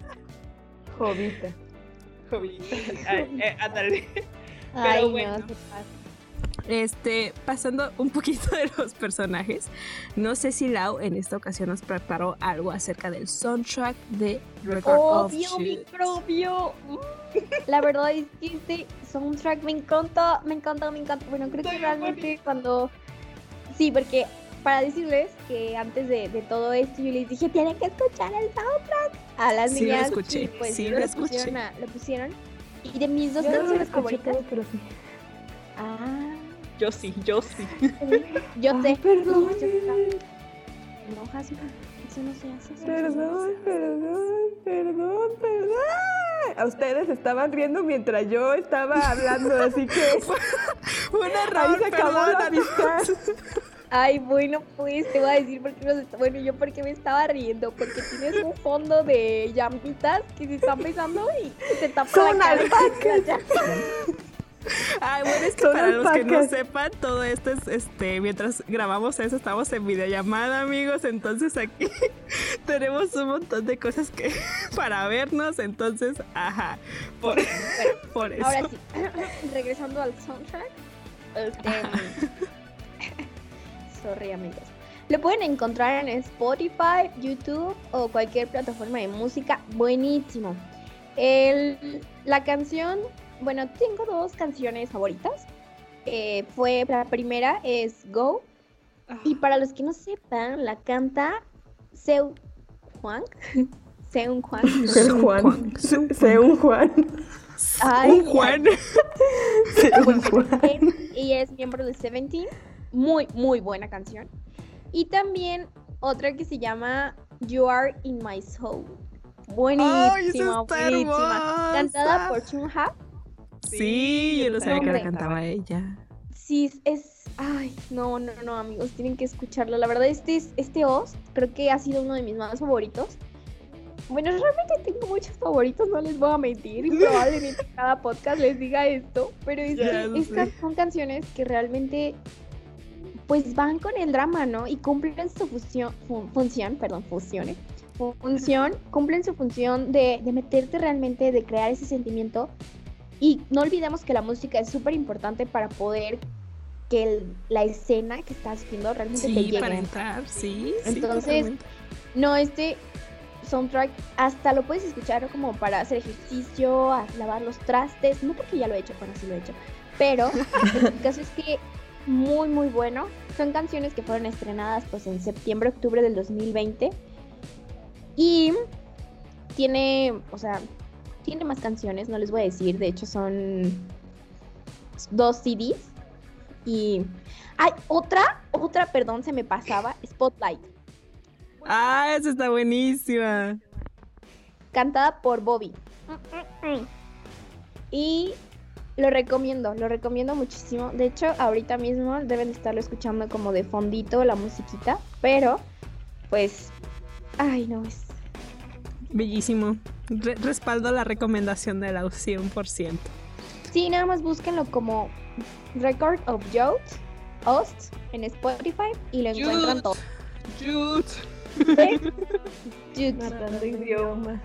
Jovita. Jovita. Ay, eh, ándale. Ay, pero bueno. No, se pasa. Este, pasando un poquito de los personajes, no sé si Lau en esta ocasión nos preparó algo acerca del soundtrack de Record of Youth. Obvio, mi propio. La verdad es que este soundtrack me encanta, me encanta, me encanta. Bueno, creo que realmente cuando... Sí, porque para decirles que antes de, de todo esto yo les dije, tienen que escuchar el soundtrack a las sí, niñas. Sí, lo escuché, pues, sí, lo, lo escuché. Pusieron a, lo pusieron. Y de mis dos yo canciones no favoritas... todo, pero sí. Ah... Yo sí, yo sí. Yo Ay, sé. Perdón. No, Jasmine, eso no se hace. Eso perdón, no se perdón, perdón, perdón. A ustedes estaban riendo mientras yo estaba hablando, así que... Un error, ahí se acabó perdón, la amistad. Ay, bueno, pues te voy a decir por qué nos está... Bueno, yo porque me estaba riendo, porque tienes un fondo de llampitas que se están besando y se tapa Son la cara. alpacas. Ay, bueno, es que Son para alpacas. Los que no sepan, todo esto es, este, mientras grabamos eso, estamos en videollamada, amigos, entonces aquí tenemos un montón de cosas que para vernos, entonces, ajá, por, bueno, por eso. Ahora sí, regresando al soundtrack, este, sorry, amigos. Lo pueden encontrar en Spotify, YouTube o cualquier plataforma de música, buenísimo. El, la canción... Bueno, tengo dos canciones favoritas. Eh, fue la primera es Go. Oh. Y para los que no sepan, la canta Seo Juan. Seung Juan. Seung Juan. Seung Juan. Ay, Juan. Seung Juan. Ella es miembro de Seventeen. muy, muy buena canción. Y también otra que se llama You Are In My Soul. Buenísima, ¡Ay, esa está buenísima. hermosa! Cantada por Chungha. Sí, yo no sabía que la Hombre. cantaba ella. Sí, es... Ay, no, no, no, amigos, tienen que escucharlo. La verdad, este, es- este host creo que ha sido uno de mis más favoritos. Bueno, realmente tengo muchos favoritos, no les voy a mentir. Y probablemente cada podcast les diga esto. Pero es Ya que lo estas sé. son canciones que realmente pues van con el drama, ¿no? Y cumplen su fusión, fu- función, perdón, fusión, ¿eh? Función, cumplen su función de, de meterte realmente, de crear ese sentimiento. Y no olvidemos que la música es súper importante para poder que el- la escena que estás viendo realmente te Sí, llegue. para entrar, sí, sí, Entonces, totalmente. No, este soundtrack hasta lo puedes escuchar como para hacer ejercicio, a lavar los trastes, no porque ya lo he hecho, bueno, sí lo he hecho, pero el caso es que muy, muy bueno. Son canciones que fueron estrenadas pues en septiembre, octubre del dos mil veinte y tiene, o sea, tiene más canciones, no les voy a decir, de hecho son dos C Ds y hay otra, otra, perdón, se me pasaba, Spotlight, Ah, esa está buenísima. cantada por Bobby. Y lo recomiendo, lo recomiendo muchísimo. De hecho, ahorita mismo deben de estarlo escuchando como de fondito la musiquita, pero pues, ay no, es... Bellísimo. Re- respaldo la recomendación de la cien por ciento. Sí, nada más búsquenlo como Record of Youth, Host en Spotify y lo encuentran todo. Jude. Youth. Matando idiomas.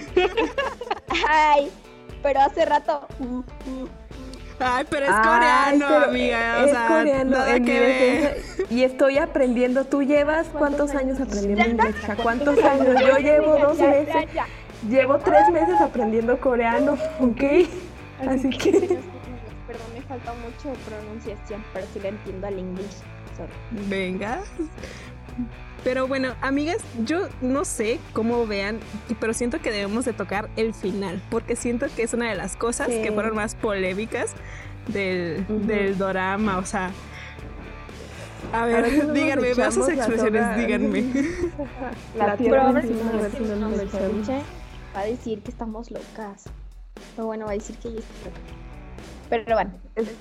Ay, pero hace rato... Ay, pero es Ay, coreano, pero amiga. O es sea, coreano nada en mi que ver. defensa. Y estoy aprendiendo. ¿Tú llevas cuántos años aprendiendo inglés? hija? ¿Cuántos años? Yo Ya, llevo ya, dos ya, meses. ya, ya. Llevo tres meses aprendiendo coreano, ¿ok? Así que... Perdón, me falta mucho pronunciación, pero sí le entiendo al inglés. Sorry. Venga. Pero bueno, amigas, yo no sé cómo vean, pero siento que debemos de tocar el final, porque siento que es una de las cosas Sí. que fueron más polémicas del, Ujú. del dorama, o sea... A ver, A ver si no nos díganme, veo sus echamos la expresiones, soga. díganme. La tierra Probablemente encima, a ver si no nos nos lo echamos. escuche, va a decir que estamos locas. Pero bueno, va a decir que ella está loca. Pero bueno,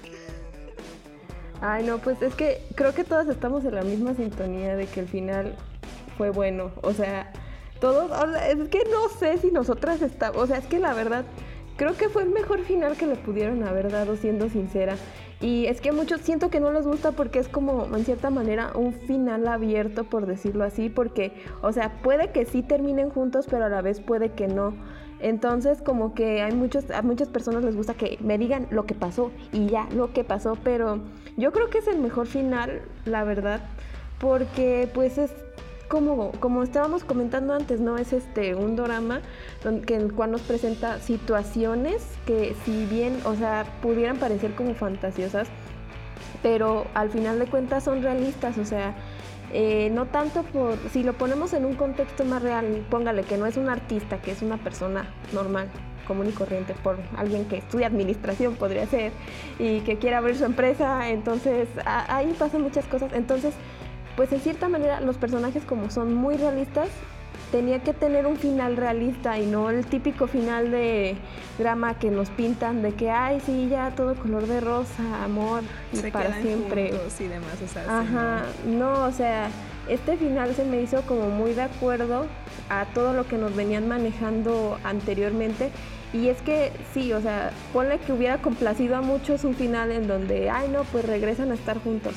Ay, no, pues es que creo que todas estamos en la misma sintonía de que el final fue bueno. O sea, todos, o sea, es que no sé si nosotras estamos, o sea, es que la verdad, creo que fue el mejor final que le pudieron haber dado, siendo sincera. Y es que muchos siento que no les gusta porque es como, en cierta manera, un final abierto, por decirlo así, porque, o sea, puede que sí terminen juntos, pero a la vez puede que no. Entonces, como que hay muchos, a muchas personas les gusta que me digan lo que pasó y ya, lo que pasó, pero yo creo que es el mejor final, la verdad, porque pues es como, como estábamos comentando antes, ¿no? Es este un dorama donde, que el cual nos presenta situaciones que si bien, o sea, pudieran parecer como fantasiosas, pero al final de cuentas son realistas, o sea, eh, no tanto por, si lo ponemos en un contexto más real, póngale que no es un artista, que es una persona normal, común y corriente, por alguien que estudia administración podría ser, y que quiere abrir su empresa, entonces a, ahí pasan muchas cosas, entonces pues en cierta manera los personajes como son muy realistas, tenía que tener un final realista y no el típico final de drama que nos pintan de que, ay, sí, ya todo color de rosa, amor, y Se para quedan siempre. juntos y demás, o sea, sí, Ajá, no, o sea, este final se me hizo como muy de acuerdo a todo lo que nos venían manejando anteriormente. Y es que sí, o sea, ponle que hubiera complacido a muchos un final en donde, ay, no, pues regresan a estar juntos.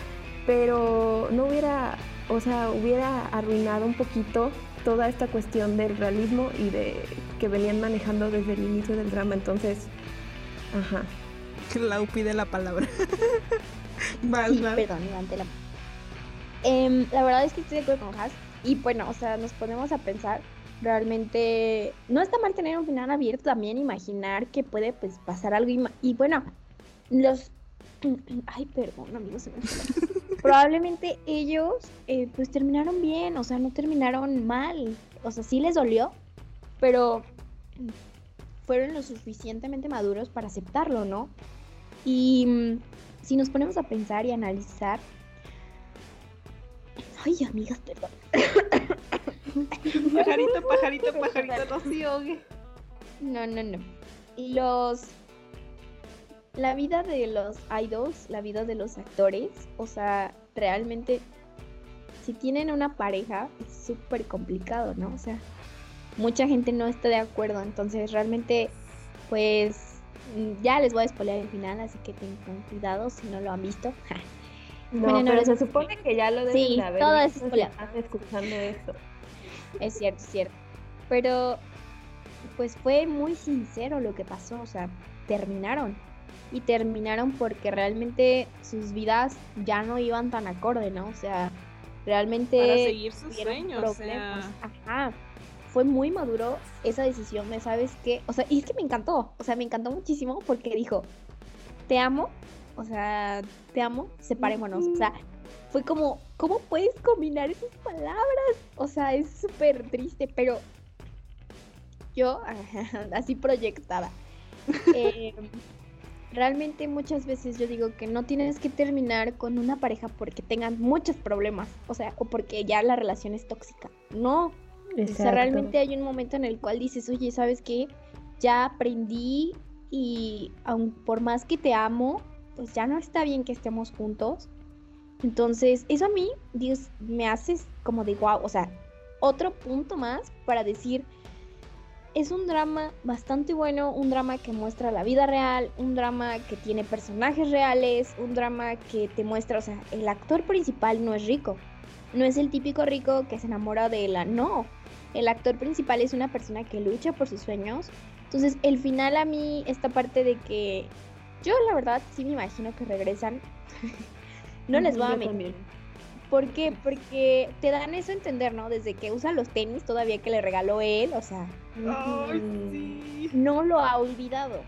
Pero no hubiera, o sea, hubiera arruinado un poquito toda esta cuestión del realismo y de que venían manejando desde el inicio del drama. Entonces, ajá. Clau pide la palabra. Vas, sí, vas. perdón, levanté la... Em, la verdad es que estoy de acuerdo con Has. Y bueno, o sea, nos ponemos a pensar, realmente no está mal tener un final abierto, también imaginar que puede pues pasar algo. Y, y bueno, los... Ay, perdón, amigos, se me fue. Probablemente ellos eh, pues terminaron bien, o sea, no terminaron mal. O sea, sí les dolió, pero fueron lo suficientemente maduros para aceptarlo, ¿no? Y si nos ponemos a pensar y analizar... Ay, amigas, perdón. Pajarito, pajarito, pajarito, no se ahogue. No, no, no. Y los... La vida de los idols, la vida de los actores, o sea, realmente, si tienen una pareja, es súper complicado, ¿no? O sea, mucha gente no está de acuerdo, entonces realmente, pues, ya les voy a spoilear el final, así que tengan cuidado si no lo han visto. No, bueno, pero no se supone que ya lo deben sí, de haber todo es visto, spoileado. si están escuchando esto. Es cierto, es cierto. Pero, pues fue muy sincero lo que pasó, o sea, terminaron. Y terminaron porque realmente sus vidas ya no iban tan acorde, ¿no? O sea, realmente... Para seguir sus sueños, o sea... Ajá. Fue muy maduro esa decisión de, ¿sabes qué? O sea, y es que me encantó, o sea, me encantó muchísimo porque dijo, te amo, o sea, te amo, separémonos. O sea, fue como, ¿cómo puedes combinar esas palabras? O sea, es súper triste, pero yo, así proyectada, eh, realmente muchas veces yo digo que no tienes que terminar con una pareja porque tengan muchos problemas, o sea, o porque ya la relación es tóxica. No, Exacto. o sea, realmente hay un momento en el cual dices, oye, ¿sabes qué? Ya aprendí y aun por más que te amo, pues ya no está bien que estemos juntos. Entonces, eso a mí, Dios, me hace como de wow, o sea, otro punto más para decir, es un drama bastante bueno, un drama que muestra la vida real, un drama que tiene personajes reales, un drama que te muestra, o sea, el actor principal no es rico, no es el típico rico que se enamora de la, no, el actor principal es una persona que lucha por sus sueños. Entonces, el final a mí, esta parte de que yo la verdad sí me imagino que regresan, no les voy a mentir. ¿Por qué? Porque te dan eso a entender, ¿no? Desde que usa los tenis todavía que le regaló él, o sea, Ay, sí. no lo ha olvidado.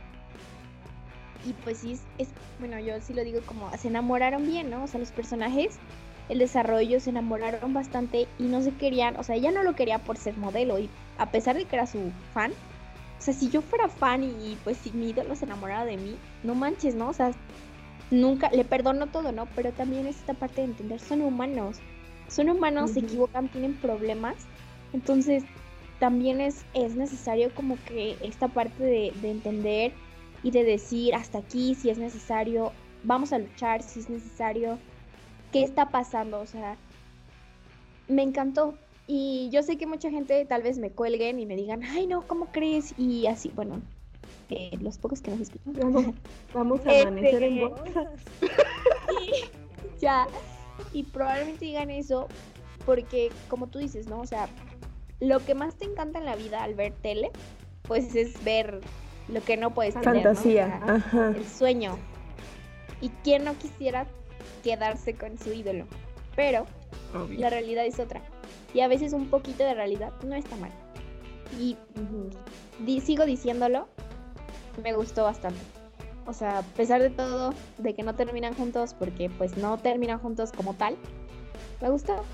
Y pues sí, es, es, bueno, yo sí lo digo como, se enamoraron bien, ¿no? O sea, los personajes, el desarrollo, se enamoraron bastante y no se querían, o sea, ella no lo quería por ser modelo y a pesar de que era su fan, o sea, si yo fuera fan y, y pues si mi ídolo se enamorara de mí, no manches, ¿no? O sea, nunca, le perdono todo, ¿no? Pero también es esta parte de entender, son humanos, son humanos, uh-huh. Se equivocan, tienen problemas, entonces también es, es necesario como que esta parte de, de entender y de decir hasta aquí si es necesario, vamos a luchar si es necesario, qué está pasando, o sea, me encantó. Y yo sé que mucha gente tal vez me cuelguen y me digan, ay no, ¿cómo crees? Y así, bueno, eh, los pocos que nos escuchan. Vamos, vamos a amanecer en bolsas. Y, ya, y probablemente digan eso porque, como tú dices, ¿no? O sea, lo que más te encanta en la vida al ver tele, pues es ver lo que no puedes tener, fantasía, ¿no? O sea, ajá. El sueño. Y quién no quisiera quedarse con su ídolo, pero obvio, la realidad es otra. Y a veces un poquito de realidad no está mal. Y uh-huh. di- sigo diciéndolo, me gustó bastante. O sea, a pesar de todo, de que no terminan juntos, porque pues no terminan juntos como tal, me gustó.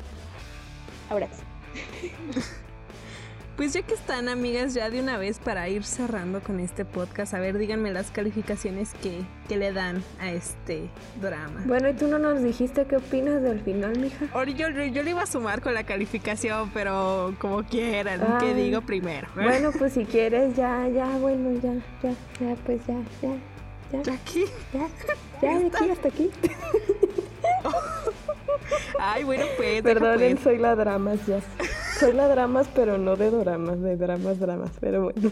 Ahora sí. Pues ya que están, amigas, ya de una vez para ir cerrando con este podcast, a ver, díganme las calificaciones que, que le dan a este drama. Bueno, ¿y tú no nos dijiste qué opinas del final, mija? Ahora yo, yo le iba a sumar con la calificación, pero como quieran, ah, ¿qué digo primero? Bueno, pues si quieres, ya, ya, bueno, ya, ya, ya, pues ya, ya, ya. ¿Ya aquí? Ya, ya, de aquí hasta aquí. Ay, bueno, pues. Perdonen, soy la dramas, ya. Soy la dramas, pero no de doramas, de dramas, dramas, pero bueno.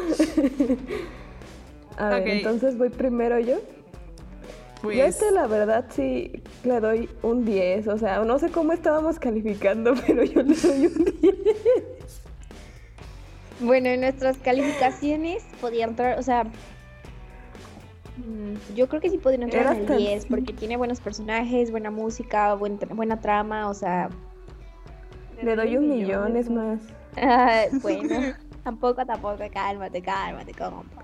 A ver, okay. Entonces voy primero yo. Pues... Yo este, la verdad, sí le doy un diez. O sea, no sé cómo estábamos calificando, pero yo le doy un diez. Bueno, en nuestras calificaciones podían entrar, o sea, yo creo que sí podrían entrar en el diez, porque tiene buenos personajes, buena música, buen, buena trama, o sea... Le doy un millón, es más. Ah, bueno, tampoco, tampoco, cálmate, cálmate, compa.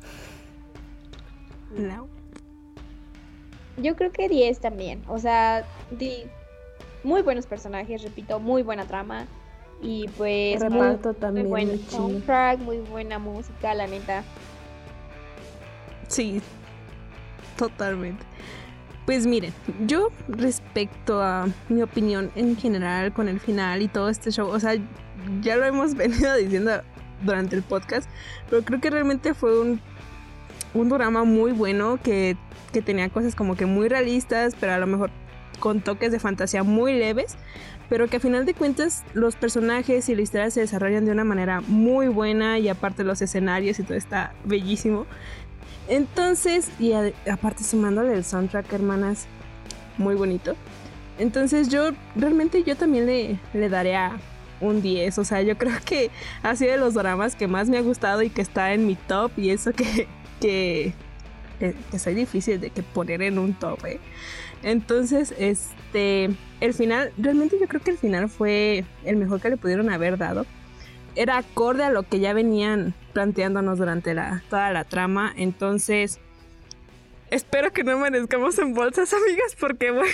No. Yo creo que diez también, o sea, di, muy buenos personajes, repito, muy buena trama. Y pues el reparto muy, también, muy buen soundtrack, muy buena música, la neta. Sí. Totalmente. Pues miren, yo respecto a mi opinión en general con el final y todo este show, o sea, ya lo hemos venido diciendo durante el podcast, pero creo que realmente fue un, un drama muy bueno que, que tenía cosas como que muy realistas, pero a lo mejor con toques de fantasía muy leves, pero que a final de cuentas los personajes y la historia se desarrollan de una manera muy buena y aparte los escenarios y todo está bellísimo. Entonces, y a, aparte sumándole el soundtrack, hermanas, muy bonito. Entonces yo, realmente yo también le, le daré a un diez, o sea, yo creo que ha sido de los dramas que más me ha gustado y que está en mi top, y eso que, que, que, que soy difícil de que poner en un top, ¿eh? Entonces, este, el final, realmente yo creo que el final fue el mejor que le pudieron haber dado. Era acorde a lo que ya venían planteándonos durante la, toda la trama. Entonces, espero que no amanezcamos en bolsas, amigas, porque bueno.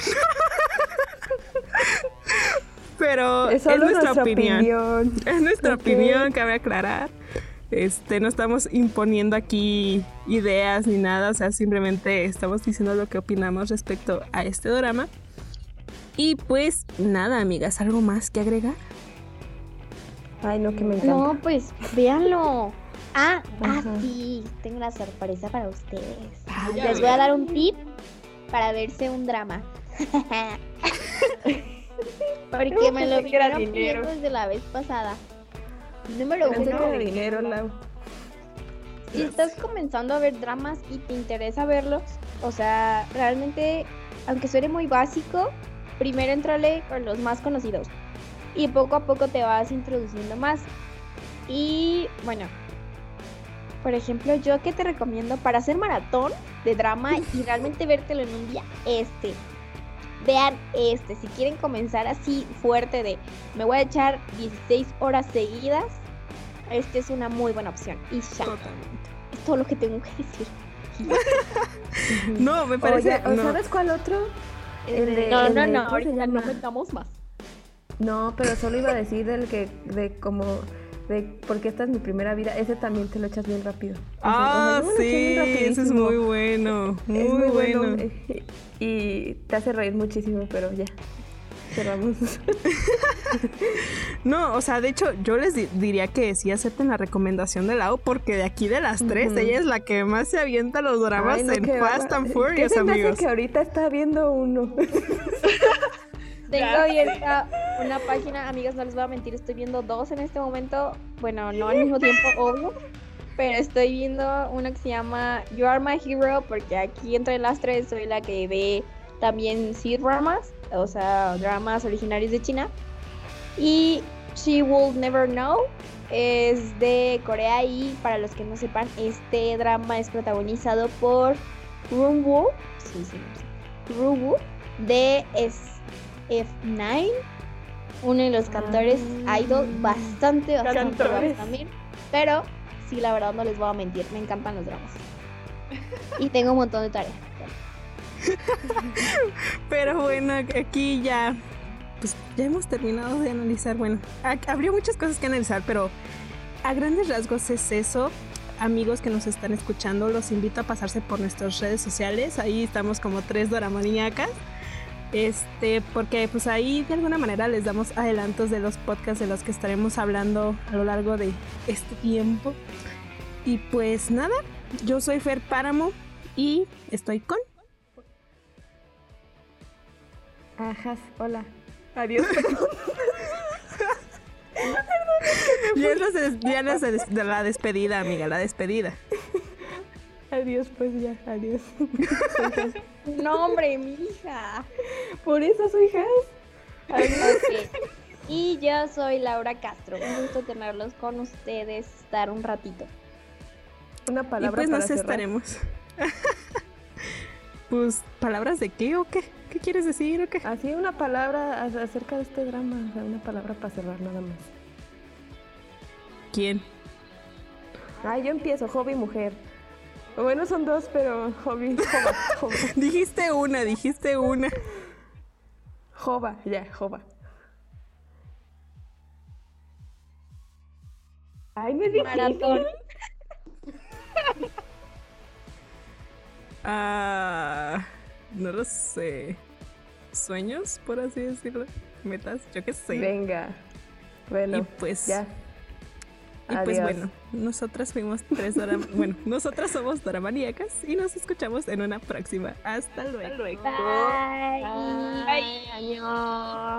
Pero es, es nuestra, nuestra opinión. opinión. Es nuestra okay. opinión, cabe aclarar. Este, no estamos imponiendo aquí ideas ni nada, o sea, simplemente estamos diciendo lo que opinamos respecto a este drama. Y pues nada, amigas, ¿algo más que agregar? Ay, no, que me encanta. No, pues, véanlo. Ah, ah, sí, tengo una sorpresa para ustedes. Ah, Les voy a dar un tip para verse un drama. Porque me lo pidieron desde la vez pasada. Número uno. De dinero, Lau. Si estás comenzando a ver dramas y te interesa verlos, o sea, realmente, aunque suene muy básico, primero entrale con los más conocidos. Y poco a poco te vas introduciendo más. Y bueno, por ejemplo, yo que te recomiendo para hacer maratón de drama y realmente vértelo en un día, este. Vean este, si quieren comenzar así fuerte de me voy a echar dieciséis horas seguidas, este es una muy buena opción. Y ya. Totalmente. Es todo lo que tengo que decir. No, me parece... Oye, no. ¿sabes cuál otro? El de, no, el no, de, no, ahorita no metamos más. No, pero solo iba a decir del que, de como... de porque esta es mi primera vida, ese también te lo echas bien rápido. Ah, o sea, sí, ese es muy bueno, muy, es muy bueno. bueno. Y te hace reír muchísimo, pero ya, cerramos. No, o sea, de hecho, yo les di- diría que sí acepten la recomendación de Lau, porque de aquí de las tres, uh-huh. ella es la que más se avienta los dramas Ay, no, en Fast va. and Furious, ¿Qué se me amigos? hace que ahorita está viendo uno? Tengo abierta una página, amigas, no les voy a mentir, estoy viendo dos en este momento. Bueno, no al mismo tiempo, obvio, pero estoy viendo uno que se llama You Are My Hero, porque aquí entre las tres soy la que ve también C-dramas, o sea, dramas originarios de China. Y She Will Never Know es de Corea y para los que no sepan, este drama es protagonizado por Roonwoo, sí, sí, sí, Roonwoo, de es F nueve, uno de los cantores ah, idol, bastante, bastante guapos también, pero sí, la verdad no les voy a mentir, me encantan los dramas y tengo un montón de tareas. Pero bueno, aquí ya pues ya hemos terminado de analizar, bueno, habría muchas cosas que analizar, pero a grandes rasgos es eso. Amigos que nos están escuchando, los invito a pasarse por nuestras redes sociales, ahí estamos como tres doramaníacas. Este, porque pues ahí de alguna manera les damos adelantos de los podcasts de los que estaremos hablando a lo largo de este tiempo. Y pues nada, yo soy Fer Páramo y estoy con... Ajá, hola. Adiós. Ya no se, ya no se des, de la despedida, amiga, la despedida. Adiós, pues ya, adiós. No, hombre, mi hija. Por eso soy Has. Okay. Y yo soy Laura Castro. Un gusto tenerlos con ustedes, estar un ratito. Una palabra y pues para nos cerrar. Estaremos. Pues, ¿palabras de qué o qué? ¿Qué quieres decir o qué? Así, una palabra acerca de este drama. O sea, una palabra para cerrar nada más. ¿Quién? Ah, yo empiezo, hobby mujer. Bueno, son dos, pero hobby, jova, jova. Dijiste una, dijiste una. Jova, ya, jova. Ay, me dije. Maratón. Ah, no lo sé. ¿Sueños, por así decirlo? ¿Metas? Yo qué sé. Venga. Bueno, y pues ya. Y Adiós. pues bueno, nosotras fuimos tres doram... bueno, nosotras somos doramaníacas y nos escuchamos en una próxima. Hasta luego. Bye. Bye. Bye.